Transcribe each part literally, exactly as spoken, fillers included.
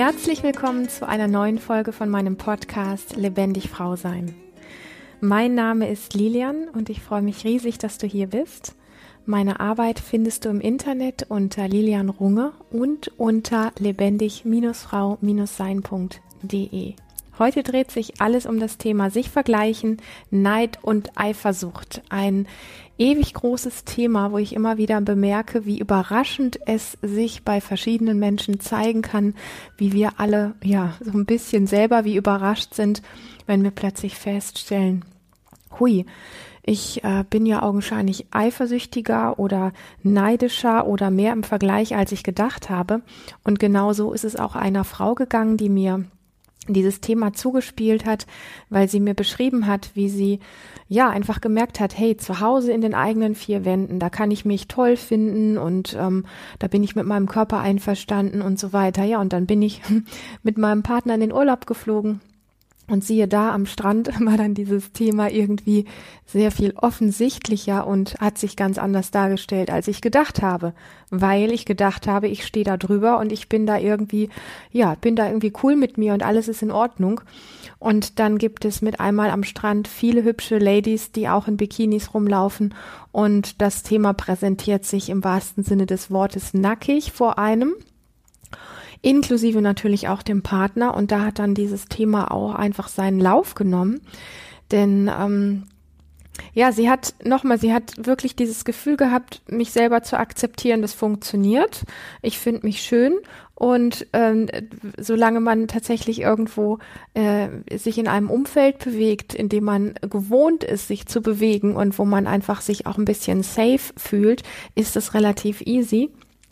Herzlich willkommen zu einer neuen Folge von meinem Podcast Lebendig Frau Sein. Mein Name ist Lilian und ich freue mich riesig, dass du hier bist. Meine Arbeit findest du im Internet unter Lilian Runge und unter lebendig Frau sein punkt de. Heute dreht sich alles um das Thema sich vergleichen, Neid und Eifersucht. Ein ewig großes Thema, wo ich immer wieder bemerke, wie überraschend es sich bei verschiedenen Menschen zeigen kann, wie wir alle ja so ein bisschen selber wie überrascht sind, wenn wir plötzlich feststellen, hui, ich äh, bin ja augenscheinlich eifersüchtiger oder neidischer oder mehr im Vergleich, als ich gedacht habe. Und genau so ist es auch einer Frau gegangen, die mir dieses Thema zugespielt hat, weil sie mir beschrieben hat, wie sie ja einfach gemerkt hat, hey, zu Hause in den eigenen vier Wänden, da kann ich mich toll finden und ähm, da bin ich mit meinem Körper einverstanden und so weiter. Ja, und dann bin ich mit meinem Partner in den Urlaub geflogen. Und siehe da, am Strand war dann dieses Thema irgendwie sehr viel offensichtlicher und hat sich ganz anders dargestellt, als ich gedacht habe, weil ich gedacht habe, ich stehe da drüber und ich bin da irgendwie, ja, bin da irgendwie cool mit mir und alles ist in Ordnung. Und dann gibt es mit einmal am Strand viele hübsche Ladies, die auch in Bikinis rumlaufen und das Thema präsentiert sich im wahrsten Sinne des Wortes nackig vor einem. Inklusive natürlich auch dem Partner, und da hat dann dieses Thema auch einfach seinen Lauf genommen, denn ähm, ja, sie hat nochmal, sie hat wirklich dieses Gefühl gehabt, mich selber zu akzeptieren, das funktioniert, ich finde mich schön und ähm, solange man tatsächlich irgendwo äh, sich in einem Umfeld bewegt, in dem man gewohnt ist, sich zu bewegen und wo man einfach sich auch ein bisschen safe fühlt, ist es relativ easy.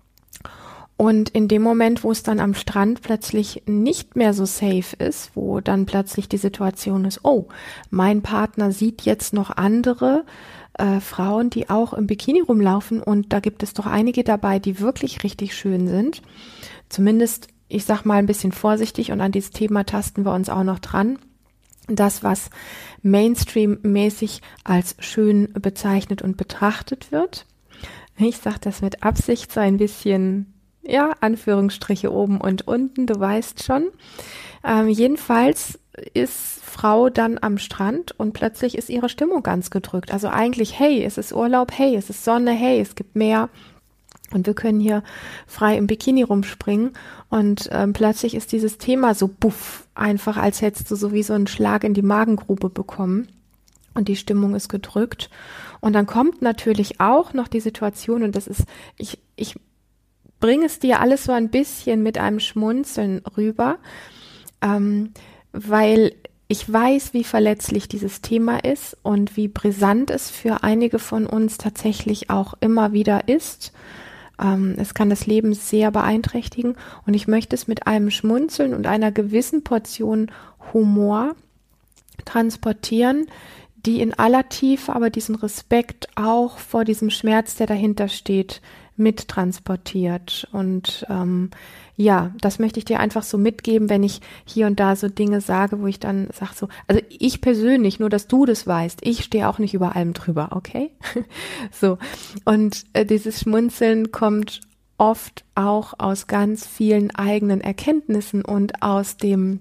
Und in dem Moment, wo es dann am Strand plötzlich nicht mehr so safe ist, wo dann plötzlich die Situation ist, oh, mein Partner sieht jetzt noch andere äh, Frauen, die auch im Bikini rumlaufen, und da gibt es doch einige dabei, die wirklich richtig schön sind. Zumindest, ich sag mal ein bisschen vorsichtig, und an dieses Thema tasten wir uns auch noch dran. Das, was Mainstream-mäßig als schön bezeichnet und betrachtet wird. Ich sage das mit Absicht so ein bisschen, ja, Anführungsstriche oben und unten, du weißt schon. Ähm, jedenfalls ist Frau dann am Strand und plötzlich ist ihre Stimmung ganz gedrückt. Also eigentlich, hey, es ist Urlaub, hey, es ist Sonne, hey, es gibt Meer und wir können hier frei im Bikini rumspringen, und ähm, plötzlich ist dieses Thema so buff, einfach als hättest du so wie so einen Schlag in die Magengrube bekommen und die Stimmung ist gedrückt. Und dann kommt natürlich auch noch die Situation, und das ist, ich, ich bring es dir alles so ein bisschen mit einem Schmunzeln rüber, ähm, weil ich weiß, wie verletzlich dieses Thema ist und wie brisant es für einige von uns tatsächlich auch immer wieder ist. Ähm, es kann das Leben sehr beeinträchtigen, und ich möchte es mit einem Schmunzeln und einer gewissen Portion Humor transportieren, die in aller Tiefe aber diesen Respekt auch vor diesem Schmerz, der dahinter steht, mittransportiert. Und ähm, ja, das möchte ich dir einfach so mitgeben, wenn ich hier und da so Dinge sage, wo ich dann sage so, also ich persönlich, nur dass du das weißt, ich stehe auch nicht über allem drüber, okay? So, und äh, dieses Schmunzeln kommt oft auch aus ganz vielen eigenen Erkenntnissen und aus dem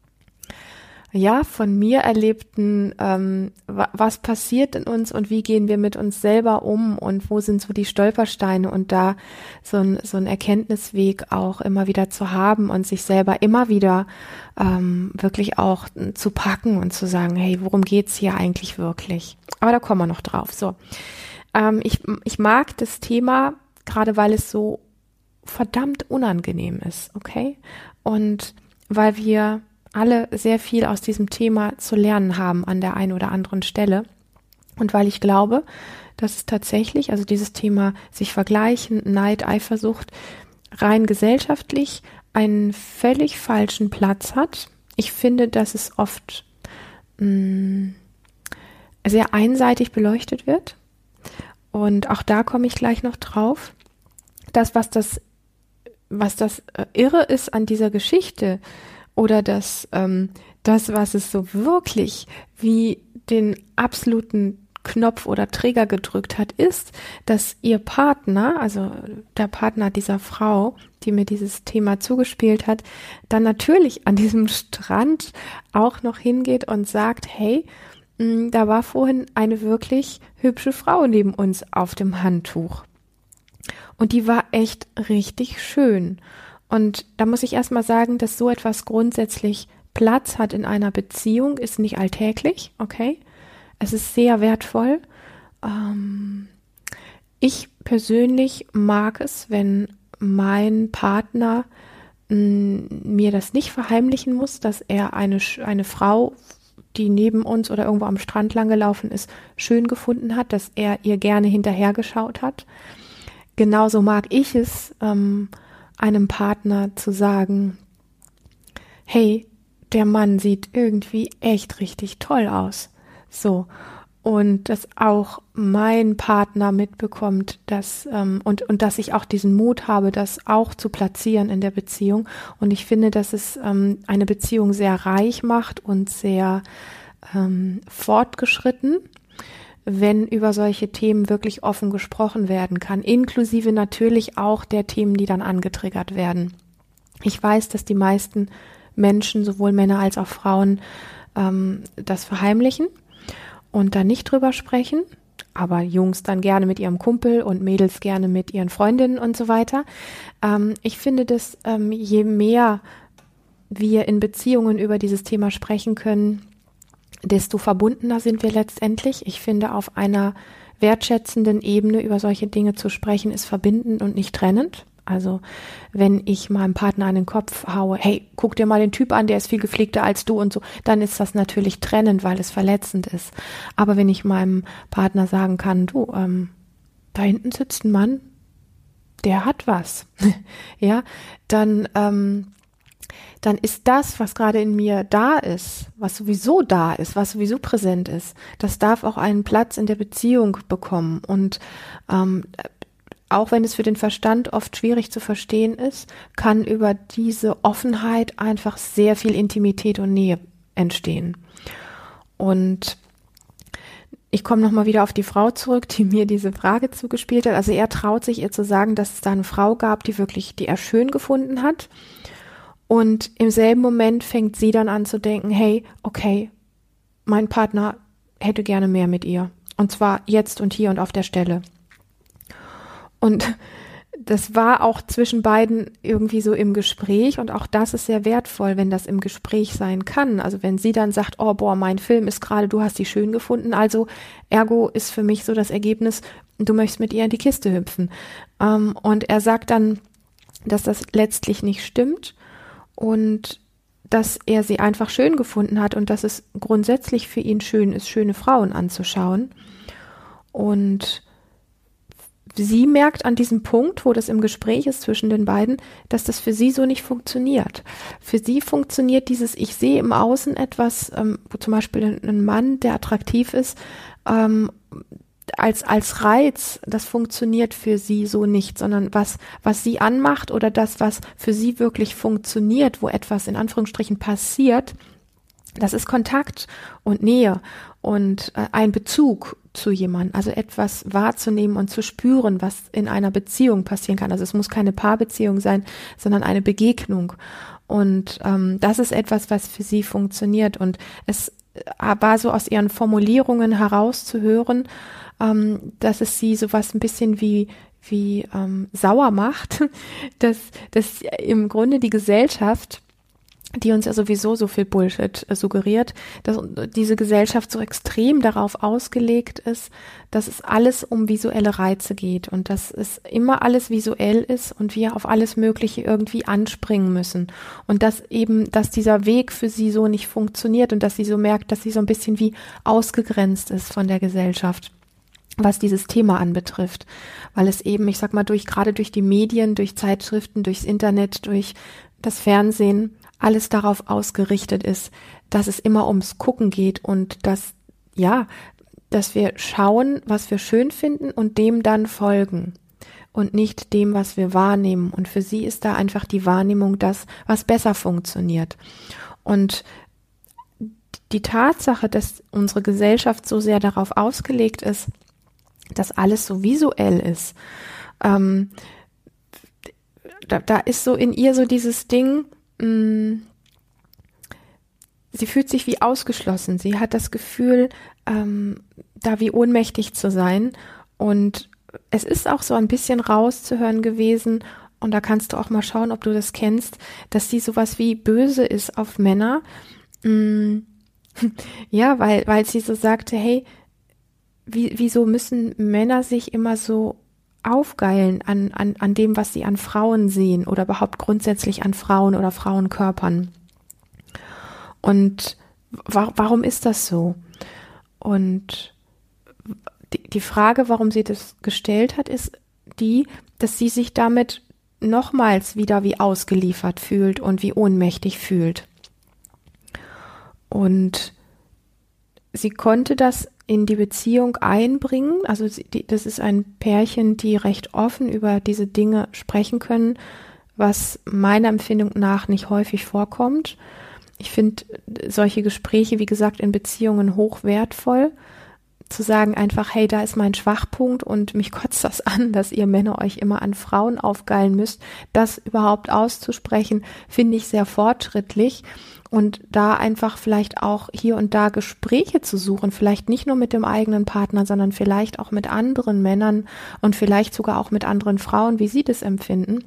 ja, von mir erlebten, ähm, was passiert in uns und wie gehen wir mit uns selber um und wo sind so die Stolpersteine, und da so ein, so ein Erkenntnisweg auch immer wieder zu haben und sich selber immer wieder ähm, wirklich auch zu packen und zu sagen, hey, worum geht's hier eigentlich wirklich? Aber da kommen wir noch drauf. So, ähm, ich, ich mag das Thema, gerade weil es so verdammt unangenehm ist, okay? Und weil wir alle sehr viel aus diesem Thema zu lernen haben an der einen oder anderen Stelle. Und weil ich glaube, dass es tatsächlich, also dieses Thema sich vergleichen, Neid, Eifersucht, rein gesellschaftlich einen völlig falschen Platz hat. Ich finde, dass es oft mh, sehr einseitig beleuchtet wird. Und auch da komme ich gleich noch drauf. Das, was das, was das Irre ist an dieser Geschichte, oder das, ähm, das, was es so wirklich wie den absoluten Knopf oder Trigger gedrückt hat, ist, dass ihr Partner, also der Partner dieser Frau, die mir dieses Thema zugespielt hat, dann natürlich an diesem Strand auch noch hingeht und sagt, hey, mh, da war vorhin eine wirklich hübsche Frau neben uns auf dem Handtuch. Und die war echt richtig schön. Und da muss ich erstmal sagen, dass so etwas grundsätzlich Platz hat in einer Beziehung, ist nicht alltäglich, okay? Es ist sehr wertvoll. Ähm, ich persönlich mag es, wenn mein Partner mh, mir das nicht verheimlichen muss, dass er eine, eine Frau, die neben uns oder irgendwo am Strand lang gelaufen ist, schön gefunden hat, dass er ihr gerne hinterhergeschaut hat. Genauso mag ich es, ähm, einem Partner zu sagen, hey, der Mann sieht irgendwie echt richtig toll aus. So. Und dass auch mein Partner mitbekommt, dass, ähm, und, und dass ich auch diesen Mut habe, das auch zu platzieren in der Beziehung. Und ich finde, dass es ähm, eine Beziehung sehr reich macht und sehr ähm, fortgeschritten, wenn über solche Themen wirklich offen gesprochen werden kann, inklusive natürlich auch der Themen, die dann angetriggert werden. Ich weiß, dass die meisten Menschen, sowohl Männer als auch Frauen, ähm, das verheimlichen und da nicht drüber sprechen, aber Jungs dann gerne mit ihrem Kumpel und Mädels gerne mit ihren Freundinnen und so weiter. Ähm, ich finde, dass ähm, je mehr wir in Beziehungen über dieses Thema sprechen können, desto verbundener sind wir letztendlich. Ich finde, auf einer wertschätzenden Ebene über solche Dinge zu sprechen, ist verbindend und nicht trennend. Also wenn ich meinem Partner an den Kopf haue, hey, guck dir mal den Typ an, der ist viel gepflegter als du und so, dann ist das natürlich trennend, weil es verletzend ist. Aber wenn ich meinem Partner sagen kann, du, ähm, da hinten sitzt ein Mann, der hat was, ja, dann ähm, dann ist das, was gerade in mir da ist, was sowieso da ist, was sowieso präsent ist, das darf auch einen Platz in der Beziehung bekommen. Und ähm, auch wenn es für den Verstand oft schwierig zu verstehen ist, kann über diese Offenheit einfach sehr viel Intimität und Nähe entstehen. Und ich komme nochmal wieder auf die Frau zurück, die mir diese Frage zugespielt hat. Also er traut sich, ihr zu sagen, dass es da eine Frau gab, die wirklich, die er schön gefunden hat. Und im selben Moment fängt sie dann an zu denken, hey, okay, mein Partner hätte gerne mehr mit ihr. Und zwar jetzt und hier und auf der Stelle. Und das war auch zwischen beiden irgendwie so im Gespräch. Und auch das ist sehr wertvoll, wenn das im Gespräch sein kann. Also wenn sie dann sagt, oh boah, mein Film ist gerade, du hast die schön gefunden. Also ergo ist für mich so das Ergebnis, du möchtest mit ihr in die Kiste hüpfen. Ähm, und er sagt dann, dass das letztlich nicht stimmt. Und dass er sie einfach schön gefunden hat und dass es grundsätzlich für ihn schön ist, schöne Frauen anzuschauen. Und sie merkt an diesem Punkt, wo das im Gespräch ist zwischen den beiden, dass das für sie so nicht funktioniert. Für sie funktioniert dieses, ich sehe im Außen etwas, ähm, wo zum Beispiel ein Mann, der attraktiv ist, ähm, als als Reiz, das funktioniert für sie so nicht, sondern was was sie anmacht oder das, was für sie wirklich funktioniert, wo etwas in Anführungsstrichen passiert, das ist Kontakt und Nähe und äh, ein Bezug zu jemandem, also etwas wahrzunehmen und zu spüren, was in einer Beziehung passieren kann. Also es muss keine Paarbeziehung sein, sondern eine Begegnung. Und ähm, das ist etwas, was für sie funktioniert. Und es war so aus ihren Formulierungen herauszuhören, ähm, dass es sie sowas ein bisschen wie wie ähm, sauer macht, dass, dass im Grunde die Gesellschaft, die uns ja sowieso so viel Bullshit äh, suggeriert, dass diese Gesellschaft so extrem darauf ausgelegt ist, dass es alles um visuelle Reize geht und dass es immer alles visuell ist und wir auf alles Mögliche irgendwie anspringen müssen und dass eben, dass dieser Weg für sie so nicht funktioniert und dass sie so merkt, dass sie so ein bisschen wie ausgegrenzt ist von der Gesellschaft, was dieses Thema anbetrifft, weil es eben, ich sag mal, durch gerade durch die Medien, durch Zeitschriften, durchs Internet, durch das Fernsehen alles darauf ausgerichtet ist, dass es immer ums Gucken geht und dass, ja, dass wir schauen, was wir schön finden und dem dann folgen und nicht dem, was wir wahrnehmen. Und für sie ist da einfach die Wahrnehmung das, was besser funktioniert. Und die Tatsache, dass unsere Gesellschaft so sehr darauf ausgelegt ist, dass alles so visuell ist, ähm, da, da ist so in ihr so dieses Ding, mh, sie fühlt sich wie ausgeschlossen. Sie hat das Gefühl, ähm, da wie ohnmächtig zu sein. Und es ist auch so ein bisschen rauszuhören gewesen, und da kannst du auch mal schauen, ob du das kennst, dass sie sowas wie böse ist auf Männer. Mm, ja, weil, weil sie so sagte, hey, wie, wieso müssen Männer sich immer so aufgeilen an, an, an dem, was sie an Frauen sehen oder überhaupt grundsätzlich an Frauen oder Frauenkörpern? Und wa- warum ist das so? Und die, die Frage, warum sie das gestellt hat, ist die, dass sie sich damit nochmals wieder wie ausgeliefert fühlt und wie ohnmächtig fühlt. Und sie konnte das in die Beziehung einbringen. Also sie, die, das ist ein Pärchen, die recht offen über diese Dinge sprechen können, was meiner Empfindung nach nicht häufig vorkommt. Ich finde solche Gespräche, wie gesagt, in Beziehungen hoch wertvoll. Zu sagen einfach, hey, da ist mein Schwachpunkt und mich kotzt das an, dass ihr Männer euch immer an Frauen aufgeilen müsst. Das überhaupt auszusprechen, finde ich sehr fortschrittlich. Und da einfach vielleicht auch hier und da Gespräche zu suchen, vielleicht nicht nur mit dem eigenen Partner, sondern vielleicht auch mit anderen Männern und vielleicht sogar auch mit anderen Frauen, wie sie das empfinden,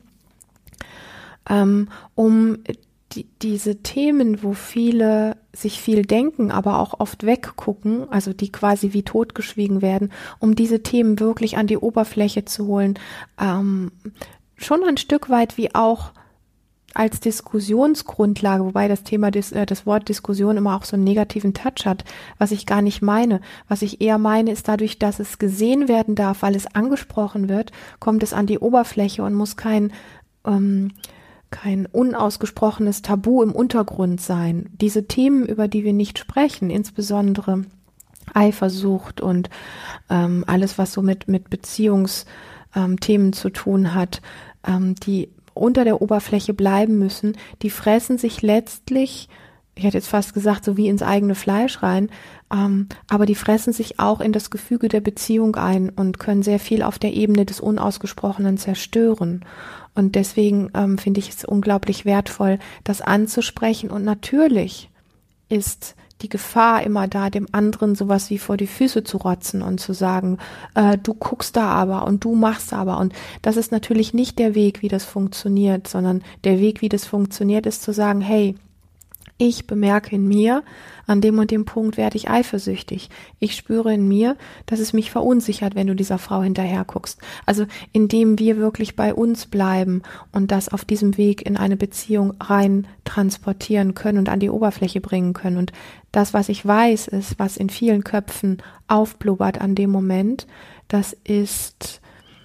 ähm, um Die, diese Themen, wo viele sich viel denken, aber auch oft weggucken, also die quasi wie totgeschwiegen werden, um diese Themen wirklich an die Oberfläche zu holen, ähm, schon ein Stück weit wie auch als Diskussionsgrundlage, wobei das Thema, des, äh, das Wort Diskussion immer auch so einen negativen Touch hat, was ich gar nicht meine. Was ich eher meine, ist dadurch, dass es gesehen werden darf, weil es angesprochen wird, kommt es an die Oberfläche und muss kein ähm, kein unausgesprochenes Tabu im Untergrund sein. Diese Themen, über die wir nicht sprechen, insbesondere Eifersucht und ähm, alles, was so mit, mit Beziehungsthemen ähm, zu tun hat, ähm, die unter der Oberfläche bleiben müssen, die fressen sich letztlich, ich hätte jetzt fast gesagt, so wie ins eigene Fleisch rein, ähm, aber die fressen sich auch in das Gefüge der Beziehung ein und können sehr viel auf der Ebene des Unausgesprochenen zerstören. Und deswegen ähm, finde ich es unglaublich wertvoll, das anzusprechen. Und natürlich ist die Gefahr immer da, dem anderen sowas wie vor die Füße zu rotzen und zu sagen, äh, du guckst da aber und du machst aber. Und das ist natürlich nicht der Weg, wie das funktioniert, sondern der Weg, wie das funktioniert, ist zu sagen, hey, ich bemerke in mir, an dem und dem Punkt werde ich eifersüchtig. Ich spüre in mir, dass es mich verunsichert, wenn du dieser Frau hinterher guckst. Also indem wir wirklich bei uns bleiben und das auf diesem Weg in eine Beziehung rein transportieren können und an die Oberfläche bringen können. Und das, was ich weiß, ist, was in vielen Köpfen aufblubbert an dem Moment, das ist,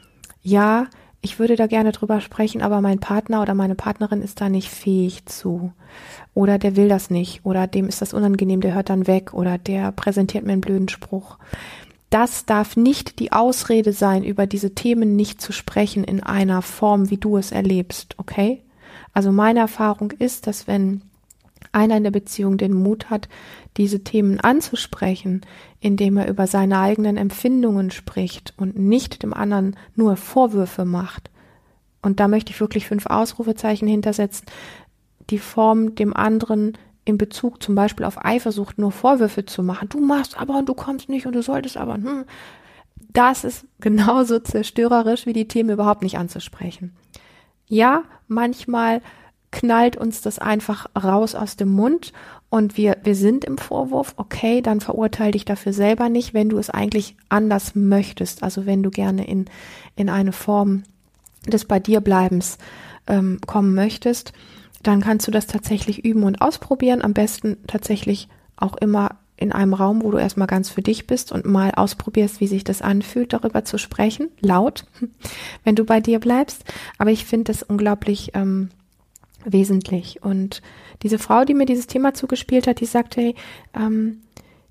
ja, ich würde da gerne drüber sprechen, aber mein Partner oder meine Partnerin ist da nicht fähig zu. Oder der will das nicht. Oder dem ist das unangenehm, der hört dann weg. Oder der präsentiert mir einen blöden Spruch. Das darf nicht die Ausrede sein, über diese Themen nicht zu sprechen in einer Form, wie du es erlebst. Okay? Also meine Erfahrung ist, dass wenn einer in der Beziehung den Mut hat, diese Themen anzusprechen, indem er über seine eigenen Empfindungen spricht und nicht dem anderen nur Vorwürfe macht. Und da möchte ich wirklich fünf Ausrufezeichen hintersetzen, die Form dem anderen in Bezug zum Beispiel auf Eifersucht nur Vorwürfe zu machen. Du machst aber und du kommst nicht und du solltest aber. Hm. Das ist genauso zerstörerisch, wie die Themen überhaupt nicht anzusprechen. Ja, manchmal knallt uns das einfach raus aus dem Mund und wir, wir sind im Vorwurf, okay, dann verurteile dich dafür selber nicht, wenn du es eigentlich anders möchtest, also wenn du gerne in, in eine Form des bei dir Bleibens ähm, kommen möchtest, dann kannst du das tatsächlich üben und ausprobieren, am besten tatsächlich auch immer in einem Raum, wo du erstmal ganz für dich bist und mal ausprobierst, wie sich das anfühlt, darüber zu sprechen, laut, wenn du bei dir bleibst, aber ich finde das unglaublich ähm, wesentlich. Und diese Frau, die mir dieses Thema zugespielt hat, die sagte, hey, ähm,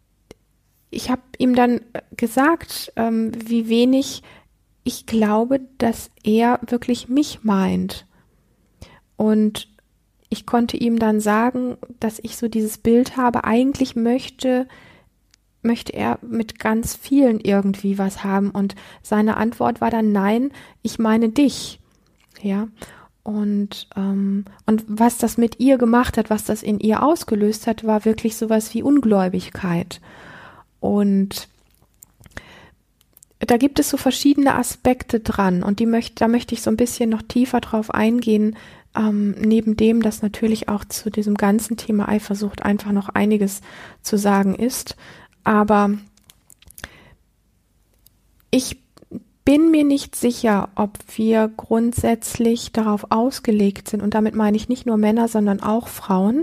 ich habe ihm dann gesagt, ähm, wie wenig ich glaube, dass er wirklich mich meint. Und ich konnte ihm dann sagen, dass ich so dieses Bild habe, eigentlich möchte, möchte er mit ganz vielen irgendwie was haben. Und seine Antwort war dann, nein, ich meine dich. Ja, und, ähm, und was das mit ihr gemacht hat, was das in ihr ausgelöst hat, war wirklich sowas wie Ungläubigkeit. Und da gibt es so verschiedene Aspekte dran und die möchte, da möchte ich so ein bisschen noch tiefer drauf eingehen, ähm, neben dem, dass natürlich auch zu diesem ganzen Thema Eifersucht einfach noch einiges zu sagen ist. Aber ich bin mir nicht sicher, ob wir grundsätzlich darauf ausgelegt sind, und damit meine ich nicht nur Männer, sondern auch Frauen,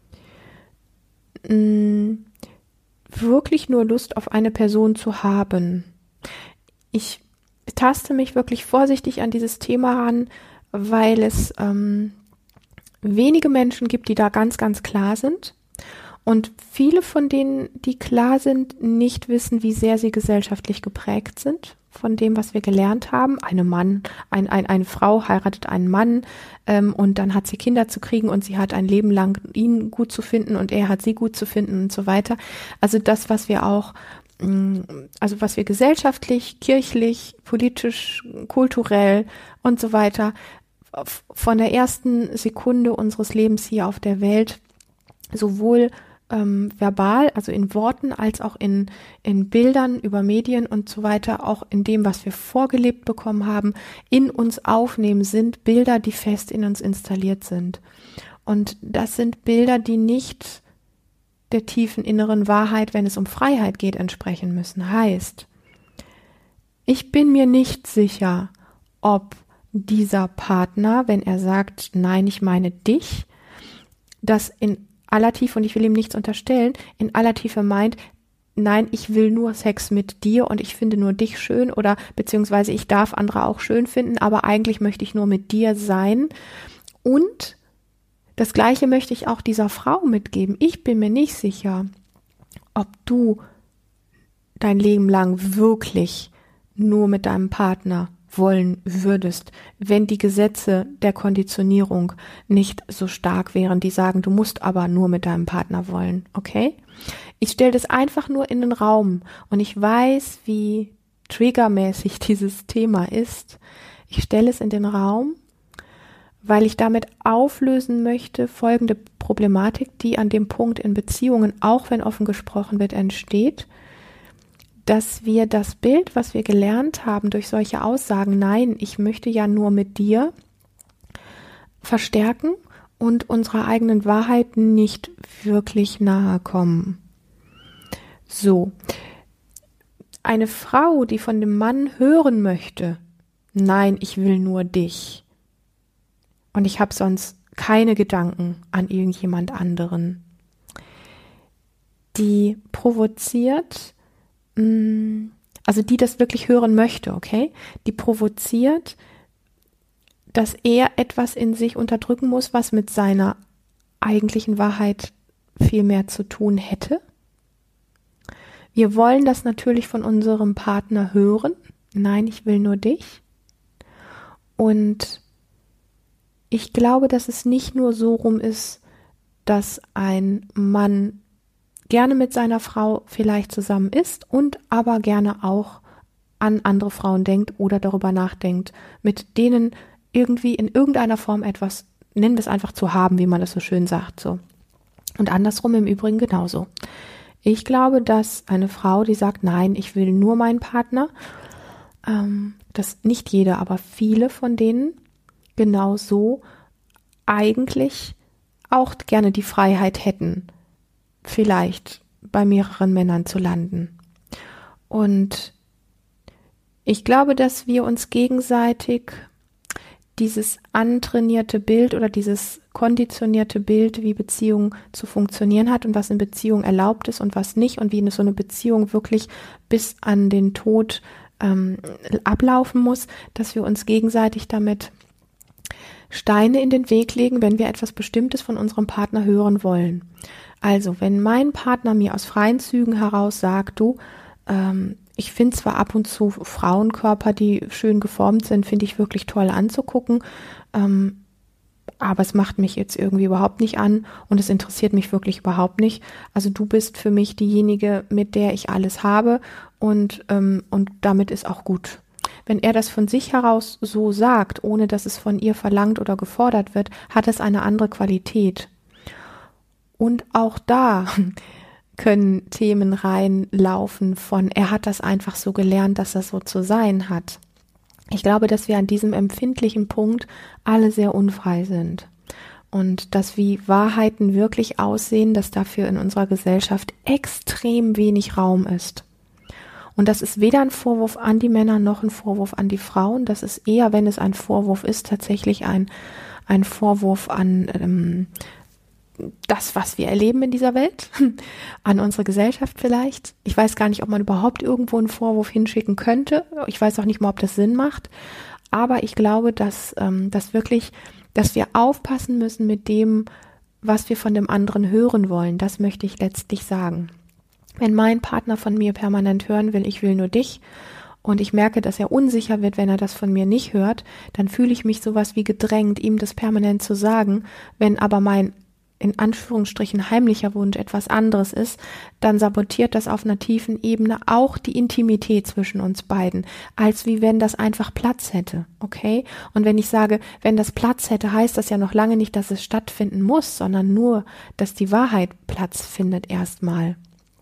mh, wirklich nur Lust auf eine Person zu haben. Ich taste mich wirklich vorsichtig an dieses Thema ran, weil es ähm, wenige Menschen gibt, die da ganz, ganz klar sind. Und viele von denen, die klar sind, nicht wissen, wie sehr sie gesellschaftlich geprägt sind von dem, was wir gelernt haben. Eine Mann, ein, ein, eine Frau heiratet einen Mann ähm, und dann hat sie Kinder zu kriegen und sie hat ein Leben lang ihn gut zu finden und er hat sie gut zu finden und so weiter. Also das, was wir auch also was wir gesellschaftlich, kirchlich, politisch, kulturell und so weiter von der ersten Sekunde unseres Lebens hier auf der Welt sowohl ähm, verbal, also in Worten, als auch in, in Bildern über Medien und so weiter, auch in dem, was wir vorgelebt bekommen haben, in uns aufnehmen, sind Bilder, die fest in uns installiert sind. Und das sind Bilder, die nicht der tiefen inneren Wahrheit, wenn es um Freiheit geht, entsprechen müssen. Heißt, ich bin mir nicht sicher, ob dieser Partner, wenn er sagt, nein, ich meine dich, das in aller Tiefe, und ich will ihm nichts unterstellen, in aller Tiefe meint, nein, ich will nur Sex mit dir und ich finde nur dich schön oder beziehungsweise ich darf andere auch schön finden, aber eigentlich möchte ich nur mit dir sein. Und das Gleiche möchte ich auch dieser Frau mitgeben. Ich bin mir nicht sicher, ob du dein Leben lang wirklich nur mit deinem Partner wollen würdest, wenn die Gesetze der Konditionierung nicht so stark wären, die sagen, du musst aber nur mit deinem Partner wollen, okay? Ich stelle das einfach nur in den Raum und ich weiß, wie triggermäßig dieses Thema ist. Ich stelle es in den Raum, weil ich damit auflösen möchte folgende Problematik, die an dem Punkt in Beziehungen, auch wenn offen gesprochen wird, entsteht, dass wir das Bild, was wir gelernt haben durch solche Aussagen, nein, ich möchte ja nur mit dir, verstärken und unserer eigenen Wahrheit nicht wirklich nahe kommen. So, eine Frau, die von dem Mann hören möchte, nein, ich will nur dich, und ich habe sonst keine Gedanken an irgendjemand anderen, die provoziert, also die das wirklich hören möchte, okay, die provoziert, dass er etwas in sich unterdrücken muss, was mit seiner eigentlichen Wahrheit viel mehr zu tun hätte. Wir wollen das natürlich von unserem Partner hören. Nein, ich will nur dich. Und ich glaube, dass es nicht nur so rum ist, dass ein Mann gerne mit seiner Frau vielleicht zusammen ist und aber gerne auch an andere Frauen denkt oder darüber nachdenkt, mit denen irgendwie in irgendeiner Form etwas, nennen wir es einfach, zu haben, wie man das so schön sagt, so. Und andersrum im Übrigen genauso. Ich glaube, dass eine Frau, die sagt, nein, ich will nur meinen Partner, ähm, dass nicht jede, aber viele von denen genau so eigentlich auch gerne die Freiheit hätten, vielleicht bei mehreren Männern zu landen. Und ich glaube, dass wir uns gegenseitig dieses antrainierte Bild oder dieses konditionierte Bild, wie Beziehung zu funktionieren hat und was in Beziehung erlaubt ist und was nicht und wie so eine Beziehung wirklich bis an den Tod ähm, ablaufen muss, dass wir uns gegenseitig damit Steine in den Weg legen, wenn wir etwas Bestimmtes von unserem Partner hören wollen. Also, wenn mein Partner mir aus freien Zügen heraus sagt, du, ähm, ich finde zwar ab und zu Frauenkörper, die schön geformt sind, finde ich wirklich toll anzugucken, ähm, aber es macht mich jetzt irgendwie überhaupt nicht an und es interessiert mich wirklich überhaupt nicht. Also du bist für mich diejenige, mit der ich alles habe und, ähm, und damit ist auch gut. Wenn er das von sich heraus so sagt, ohne dass es von ihr verlangt oder gefordert wird, hat es eine andere Qualität. Und auch da können Themen reinlaufen von, er hat das einfach so gelernt, dass das so zu sein hat. Ich glaube, dass wir an diesem empfindlichen Punkt alle sehr unfrei sind. Und dass wie Wahrheiten wirklich aussehen, dass dafür in unserer Gesellschaft extrem wenig Raum ist. Und das ist weder ein Vorwurf an die Männer noch ein Vorwurf an die Frauen. Das ist eher, wenn es ein Vorwurf ist, tatsächlich ein, ein Vorwurf an ähm, das, was wir erleben in dieser Welt, an unsere Gesellschaft vielleicht. Ich weiß gar nicht, ob man überhaupt irgendwo einen Vorwurf hinschicken könnte. Ich weiß auch nicht mal, ob das Sinn macht. Aber ich glaube, dass, ähm, dass wirklich, dass wir aufpassen müssen mit dem, was wir von dem anderen hören wollen. Das möchte ich letztlich sagen. Wenn mein Partner von mir permanent hören will, ich will nur dich, und ich merke, dass er unsicher wird, wenn er das von mir nicht hört, dann fühle ich mich sowas wie gedrängt, ihm das permanent zu sagen. Wenn aber mein in Anführungsstrichen heimlicher Wunsch etwas anderes ist, dann sabotiert das auf einer tiefen Ebene auch die Intimität zwischen uns beiden, als wie wenn das einfach Platz hätte, okay? Und wenn ich sage, wenn das Platz hätte, heißt das ja noch lange nicht, dass es stattfinden muss, sondern nur, dass die Wahrheit Platz findet erstmal.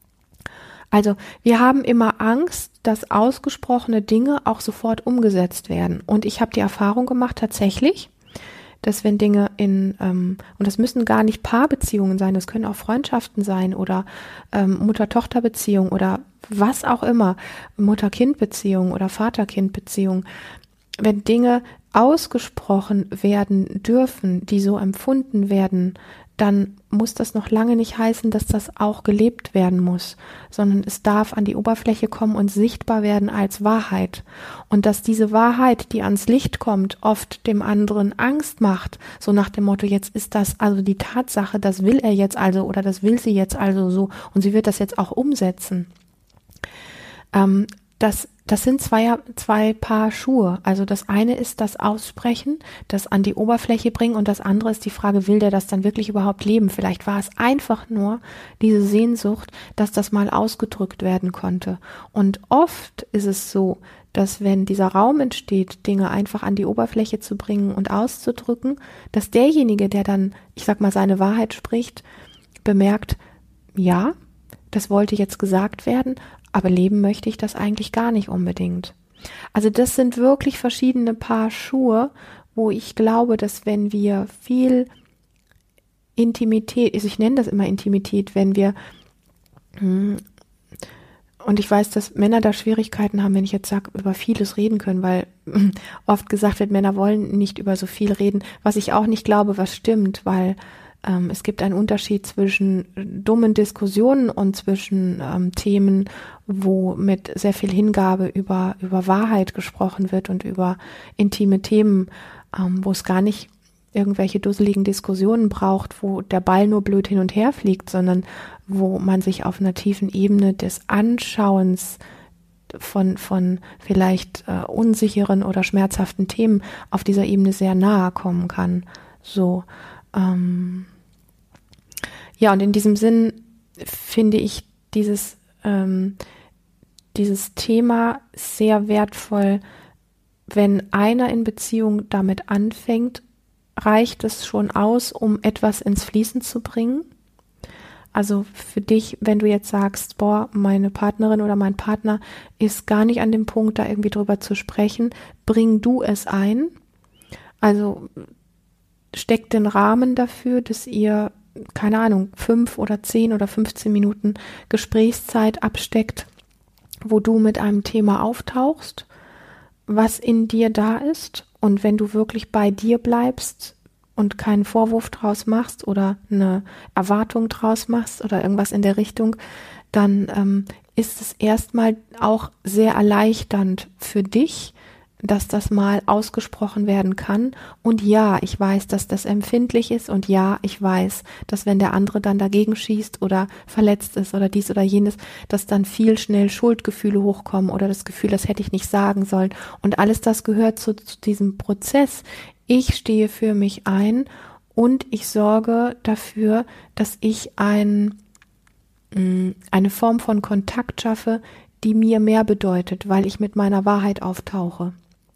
Also wir haben immer Angst, dass ausgesprochene Dinge auch sofort umgesetzt werden. Und ich habe die Erfahrung gemacht, tatsächlich, dass wenn Dinge in, ähm, und das müssen gar nicht Paarbeziehungen sein, das können auch Freundschaften sein oder ähm, Mutter-Tochter-Beziehungen oder was auch immer, Mutter-Kind-Beziehungen oder Vater-Kind-Beziehungen, wenn Dinge ausgesprochen werden dürfen, die so empfunden werden, dann muss das noch lange nicht heißen, dass das auch gelebt werden muss, sondern es darf an die Oberfläche kommen und sichtbar werden als Wahrheit. Und dass diese Wahrheit, die ans Licht kommt, oft dem anderen Angst macht, so nach dem Motto, jetzt ist das also die Tatsache, das will er jetzt also oder das will sie jetzt also so und sie wird das jetzt auch umsetzen. Ähm, das Das sind zwei, zwei Paar Schuhe. Also das eine ist das Aussprechen, das an die Oberfläche bringen und das andere ist die Frage, will der das dann wirklich überhaupt leben? Vielleicht war es einfach nur diese Sehnsucht, dass das mal ausgedrückt werden konnte. Und oft ist es so, dass wenn dieser Raum entsteht, Dinge einfach an die Oberfläche zu bringen und auszudrücken, dass derjenige, der dann, ich sag mal, seine Wahrheit spricht, bemerkt, ja, das wollte jetzt gesagt werden, aber leben möchte ich das eigentlich gar nicht unbedingt. Also das sind wirklich verschiedene Paar Schuhe, wo ich glaube, dass wenn wir viel Intimität, ich nenne das immer Intimität, wenn wir, und ich weiß, dass Männer da Schwierigkeiten haben, wenn ich jetzt sage, über vieles reden können, weil oft gesagt wird, Männer wollen nicht über so viel reden, was ich auch nicht glaube, was stimmt, weil ähm, es gibt einen Unterschied zwischen dummen Diskussionen und zwischen ähm, Themen, wo mit sehr viel Hingabe über, über Wahrheit gesprochen wird und über intime Themen, ähm, wo es gar nicht irgendwelche dusseligen Diskussionen braucht, wo der Ball nur blöd hin und her fliegt, sondern wo man sich auf einer tiefen Ebene des Anschauens von, von vielleicht äh, unsicheren oder schmerzhaften Themen auf dieser Ebene sehr nahe kommen kann. So, ähm, ja, und in diesem Sinn finde ich dieses, ähm, dieses Thema sehr wertvoll. Wenn einer in Beziehung damit anfängt, reicht es schon aus, um etwas ins Fließen zu bringen. Also für dich, wenn du jetzt sagst, boah, meine Partnerin oder mein Partner ist gar nicht an dem Punkt, da irgendwie drüber zu sprechen, bring du es ein. Also steck den Rahmen dafür, dass ihr, keine Ahnung, fünf oder zehn oder fünfzehn Minuten Gesprächszeit absteckt, wo du mit einem Thema auftauchst, was in dir da ist. Und wenn du wirklich bei dir bleibst und keinen Vorwurf draus machst oder eine Erwartung draus machst oder irgendwas in der Richtung, dann ähm, ist es erstmal auch sehr erleichternd für dich, dass das mal ausgesprochen werden kann. Und ja, ich weiß, dass das empfindlich ist und ja, ich weiß, dass wenn der andere dann dagegen schießt oder verletzt ist oder dies oder jenes, dass dann viel schnell Schuldgefühle hochkommen oder das Gefühl, das hätte ich nicht sagen sollen. Und alles das gehört zu, zu diesem Prozess, ich stehe für mich ein und ich sorge dafür, dass ich ein, eine Form von Kontakt schaffe, die mir mehr bedeutet, weil ich mit meiner Wahrheit auftauche.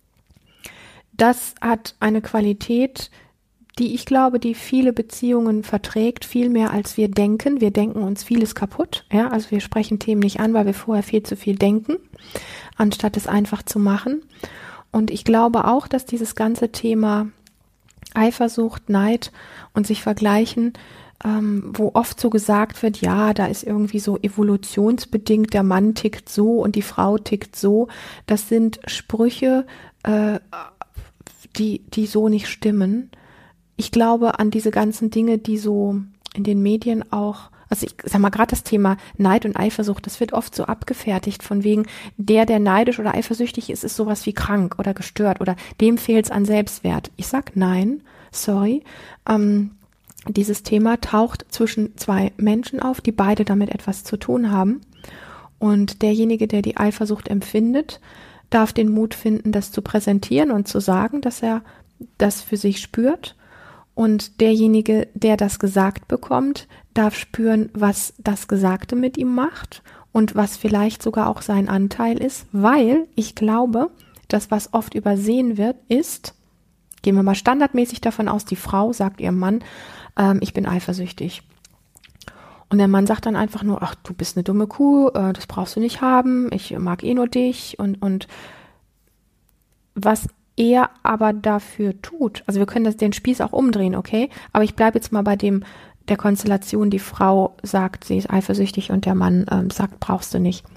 Das hat eine Qualität, die ich glaube, die viele Beziehungen verträgt, viel mehr als wir denken. Wir denken uns vieles kaputt, ja, also wir sprechen Themen nicht an, weil wir vorher viel zu viel denken, anstatt es einfach zu machen. Und ich glaube auch, dass dieses ganze Thema Eifersucht, Neid und sich vergleichen, ähm, wo oft so gesagt wird, ja, da ist irgendwie so evolutionsbedingt, der Mann tickt so und die Frau tickt so. Das sind Sprüche, äh, die, die so nicht stimmen. Ich glaube an diese ganzen Dinge, die so in den Medien auch, also ich sag mal, gerade das Thema Neid und Eifersucht, das wird oft so abgefertigt von wegen, der, der neidisch oder eifersüchtig ist, ist sowas wie krank oder gestört oder dem fehlt es an Selbstwert. Ich sag nein, sorry. Ähm, dieses Thema taucht zwischen zwei Menschen auf, die beide damit etwas zu tun haben. Und derjenige, der die Eifersucht empfindet, darf den Mut finden, das zu präsentieren und zu sagen, dass er das für sich spürt. Und derjenige, der das gesagt bekommt, darf spüren, was das Gesagte mit ihm macht und was vielleicht sogar auch sein Anteil ist, weil ich glaube, das, was oft übersehen wird, ist, gehen wir mal standardmäßig davon aus, die Frau sagt ihrem Mann, ähm, ich bin eifersüchtig. Und der Mann sagt dann einfach nur, ach, du bist eine dumme Kuh, äh, das brauchst du nicht haben, ich mag eh nur dich. Und, und was er aber dafür tut, also wir können das, den Spieß auch umdrehen, okay? Aber ich bleibe jetzt mal bei dem, der Konstellation, die Frau sagt, sie ist eifersüchtig und der Mann ähm, sagt, brauchst du nicht.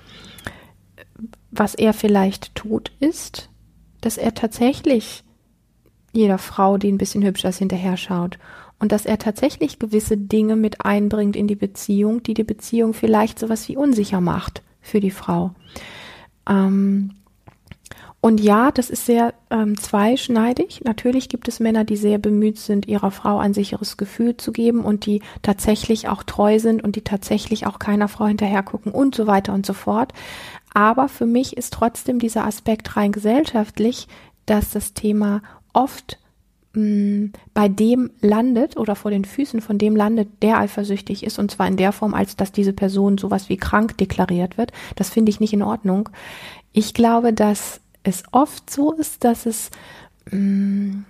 Was er vielleicht tut, ist, dass er tatsächlich jeder Frau, die ein bisschen hübsch ist, hinterher schaut. Und dass er tatsächlich gewisse Dinge mit einbringt in die Beziehung, die die Beziehung vielleicht sowas wie unsicher macht für die Frau. Ähm, und ja, das ist sehr ähm, zweischneidig. Natürlich gibt es Männer, die sehr bemüht sind, ihrer Frau ein sicheres Gefühl zu geben und die tatsächlich auch treu sind und die tatsächlich auch keiner Frau hinterher gucken und so weiter und so fort. Aber für mich ist trotzdem dieser Aspekt rein gesellschaftlich, dass das Thema oft mh, bei dem landet oder vor den Füßen von dem landet, der eifersüchtig ist, und zwar in der Form, als dass diese Person sowas wie krank deklariert wird. Das finde ich nicht in Ordnung. Ich glaube, dass es oft so ist, dass es mh,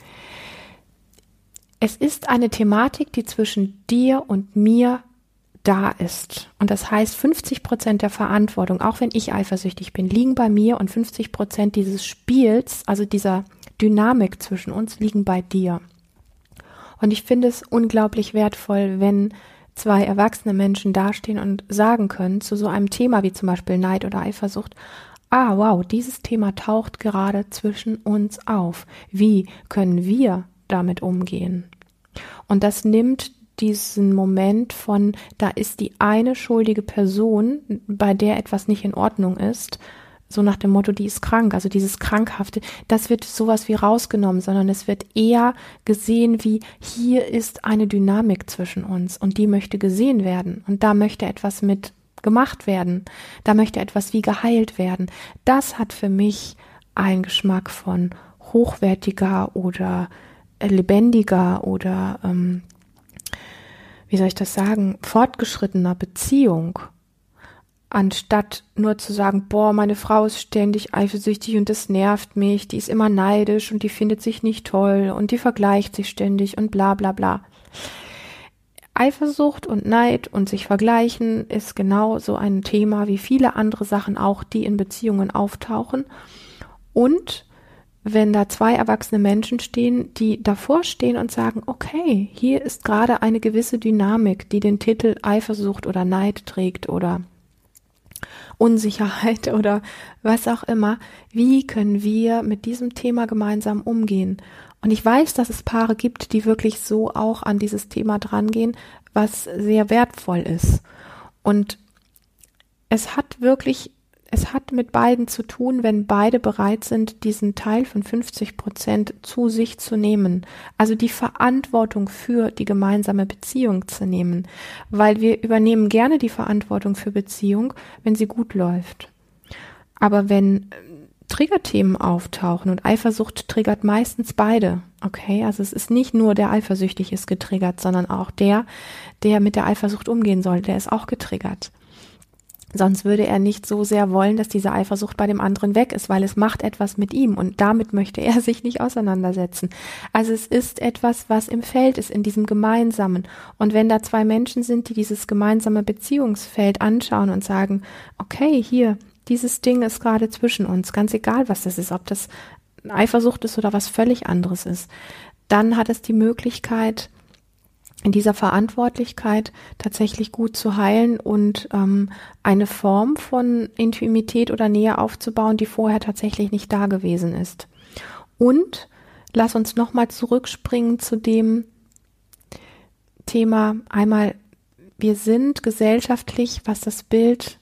es ist eine Thematik, die zwischen dir und mir da ist. Und das heißt, fünfzig Prozent der Verantwortung, auch wenn ich eifersüchtig bin, liegen bei mir und fünfzig Prozent dieses Spiels, also dieser Dynamik zwischen uns, liegen bei dir. Und ich finde es unglaublich wertvoll, wenn zwei erwachsene Menschen dastehen und sagen können zu so einem Thema wie zum Beispiel Neid oder Eifersucht, ah, wow, dieses Thema taucht gerade zwischen uns auf. Wie können wir damit umgehen? Und das nimmt diesen Moment von, da ist die eine schuldige Person, bei der etwas nicht in Ordnung ist, so nach dem Motto, die ist krank, also dieses Krankhafte, das wird sowas wie rausgenommen, sondern es wird eher gesehen wie, hier ist eine Dynamik zwischen uns und die möchte gesehen werden und da möchte etwas mit gemacht werden, da möchte etwas wie geheilt werden. Das hat für mich einen Geschmack von hochwertiger oder lebendiger oder ähm, wie soll ich das sagen, fortgeschrittener Beziehung, anstatt nur zu sagen, boah, meine Frau ist ständig eifersüchtig und das nervt mich, die ist immer neidisch und die findet sich nicht toll und die vergleicht sich ständig und bla bla bla. Eifersucht und Neid und sich vergleichen ist genau so ein Thema wie viele andere Sachen auch, die in Beziehungen auftauchen. Und wenn da zwei erwachsene Menschen stehen, die davor stehen und sagen, okay, hier ist gerade eine gewisse Dynamik, die den Titel Eifersucht oder Neid trägt oder Unsicherheit oder was auch immer, wie können wir mit diesem Thema gemeinsam umgehen? Und ich weiß, dass es Paare gibt, die wirklich so auch an dieses Thema drangehen, was sehr wertvoll ist. Und es hat wirklich Es hat mit beiden zu tun, wenn beide bereit sind, diesen Teil von fünfzig Prozent zu sich zu nehmen. Also die Verantwortung für die gemeinsame Beziehung zu nehmen. Weil wir übernehmen gerne die Verantwortung für Beziehung, wenn sie gut läuft. Aber wenn Triggerthemen auftauchen und Eifersucht triggert meistens beide, okay? Also es ist nicht nur der Eifersüchtige ist getriggert, sondern auch der, der mit der Eifersucht umgehen soll, der ist auch getriggert. Sonst würde er nicht so sehr wollen, dass diese Eifersucht bei dem anderen weg ist, weil es macht etwas mit ihm und damit möchte er sich nicht auseinandersetzen. Also es ist etwas, was im Feld ist, in diesem Gemeinsamen. Und wenn da zwei Menschen sind, die dieses gemeinsame Beziehungsfeld anschauen und sagen, okay, hier, dieses Ding ist gerade zwischen uns, ganz egal, was das ist, ob das Eifersucht ist oder was völlig anderes ist, dann hat es die Möglichkeit, in dieser Verantwortlichkeit tatsächlich gut zu heilen und ähm, eine Form von Intimität oder Nähe aufzubauen, die vorher tatsächlich nicht da gewesen ist. Und lass uns nochmal zurückspringen zu dem Thema einmal, wir sind gesellschaftlich, was das Bild,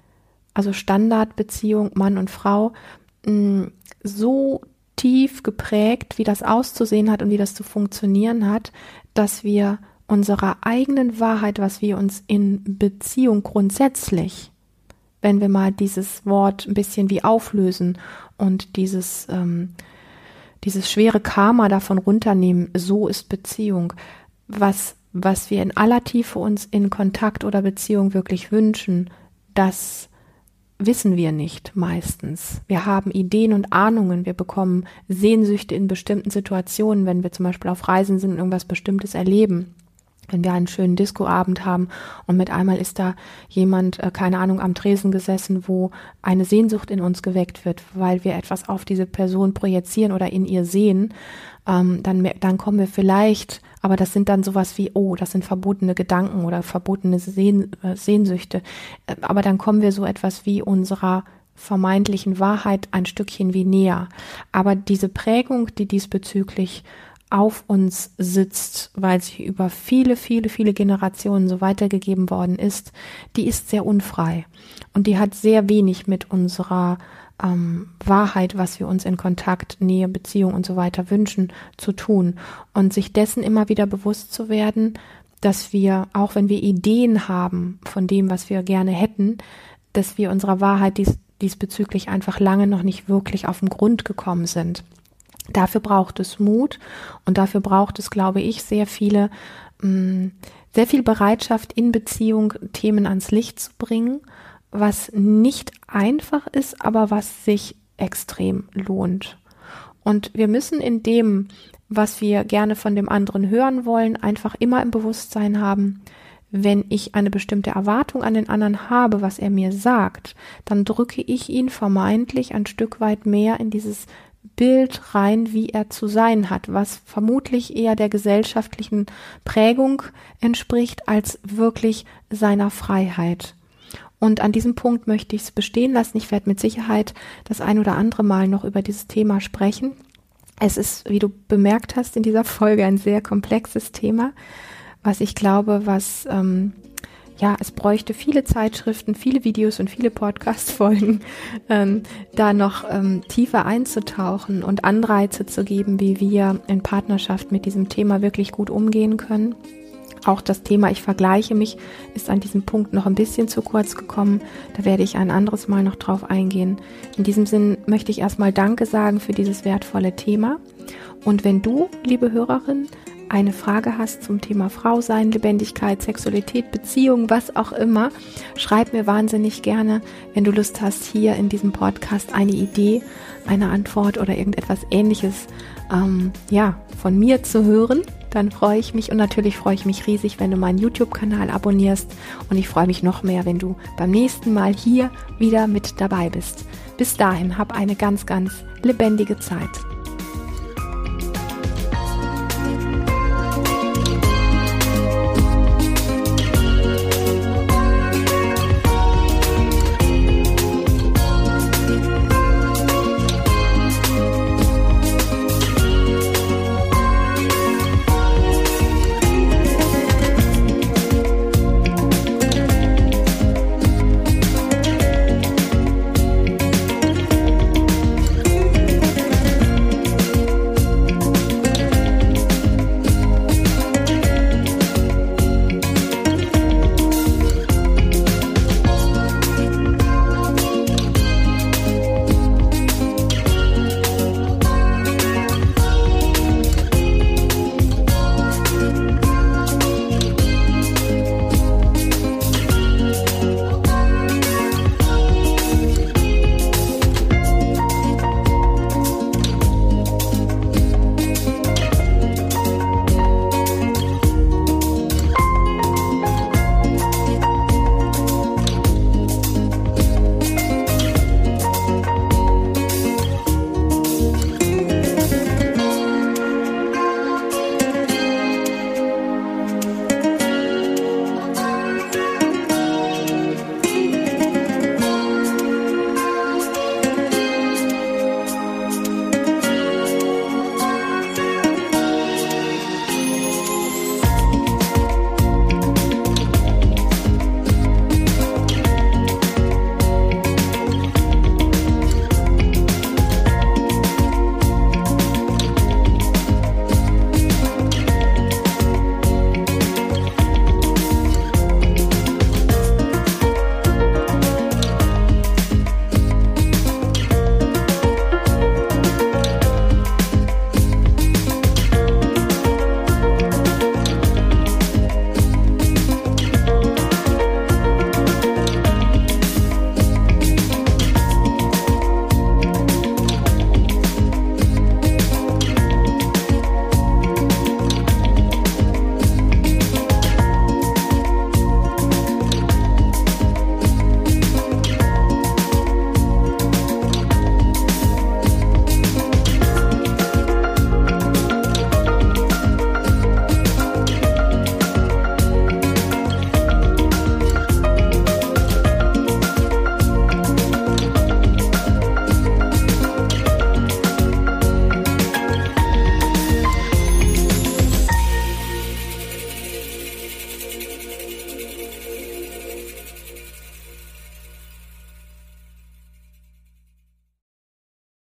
also Standardbeziehung Mann und Frau, mh, so tief geprägt, wie das auszusehen hat und wie das zu funktionieren hat, dass wir unserer eigenen Wahrheit, was wir uns in Beziehung grundsätzlich, wenn wir mal dieses Wort ein bisschen wie auflösen und dieses, ähm, dieses schwere Karma davon runternehmen, so ist Beziehung, was, was wir in aller Tiefe uns in Kontakt oder Beziehung wirklich wünschen, das wissen wir nicht meistens. Wir haben Ideen und Ahnungen, wir bekommen Sehnsüchte in bestimmten Situationen, wenn wir zum Beispiel auf Reisen sind und irgendwas Bestimmtes erleben. Wenn wir einen schönen Discoabend haben und mit einmal ist da jemand, äh, keine Ahnung, am Tresen gesessen, wo eine Sehnsucht in uns geweckt wird, weil wir etwas auf diese Person projizieren oder in ihr sehen, ähm, dann, dann kommen wir vielleicht, aber das sind dann sowas wie, oh, das sind verbotene Gedanken oder verbotene Sehn, äh, Sehnsüchte, äh, aber dann kommen wir so etwas wie unserer vermeintlichen Wahrheit ein Stückchen wie näher. Aber diese Prägung, die diesbezüglich auf uns sitzt, weil sie über viele, viele, viele Generationen so weitergegeben worden ist, die ist sehr unfrei und die hat sehr wenig mit unserer ähm, Wahrheit, was wir uns in Kontakt, Nähe, Beziehung und so weiter wünschen, zu tun und sich dessen immer wieder bewusst zu werden, dass wir, auch wenn wir Ideen haben von dem, was wir gerne hätten, dass wir unserer Wahrheit dies, diesbezüglich einfach lange noch nicht wirklich auf den Grund gekommen sind. Dafür braucht es Mut und dafür braucht es, glaube ich, sehr viele, mh, sehr viel Bereitschaft in Beziehung Themen ans Licht zu bringen, was nicht einfach ist, aber was sich extrem lohnt. Und wir müssen in dem, was wir gerne von dem anderen hören wollen, einfach immer im Bewusstsein haben, wenn ich eine bestimmte Erwartung an den anderen habe, was er mir sagt, dann drücke ich ihn vermeintlich ein Stück weit mehr in dieses Bild rein, wie er zu sein hat, was vermutlich eher der gesellschaftlichen Prägung entspricht, als wirklich seiner Freiheit. Und an diesem Punkt möchte ich es bestehen lassen. Ich werde mit Sicherheit das ein oder andere Mal noch über dieses Thema sprechen. Es ist, wie du bemerkt hast, in dieser Folge ein sehr komplexes Thema, was ich glaube, was ähm, ja, es bräuchte viele Zeitschriften, viele Videos und viele Podcast-Folgen, ähm, da noch ähm, tiefer einzutauchen und Anreize zu geben, wie wir in Partnerschaft mit diesem Thema wirklich gut umgehen können. Auch das Thema Ich vergleiche mich ist an diesem Punkt noch ein bisschen zu kurz gekommen. Da werde ich ein anderes Mal noch drauf eingehen. In diesem Sinn möchte ich erstmal Danke sagen für dieses wertvolle Thema. Und wenn du, liebe Hörerin, eine Frage hast zum Thema Frau sein, Lebendigkeit, Sexualität, Beziehung, was auch immer, schreib mir wahnsinnig gerne, wenn du Lust hast, hier in diesem Podcast eine Idee, eine Antwort oder irgendetwas Ähnliches ähm, ja, von mir zu hören. Dann freue ich mich und natürlich freue ich mich riesig, wenn du meinen YouTube-Kanal abonnierst und ich freue mich noch mehr, wenn du beim nächsten Mal hier wieder mit dabei bist. Bis dahin, hab eine ganz, ganz lebendige Zeit.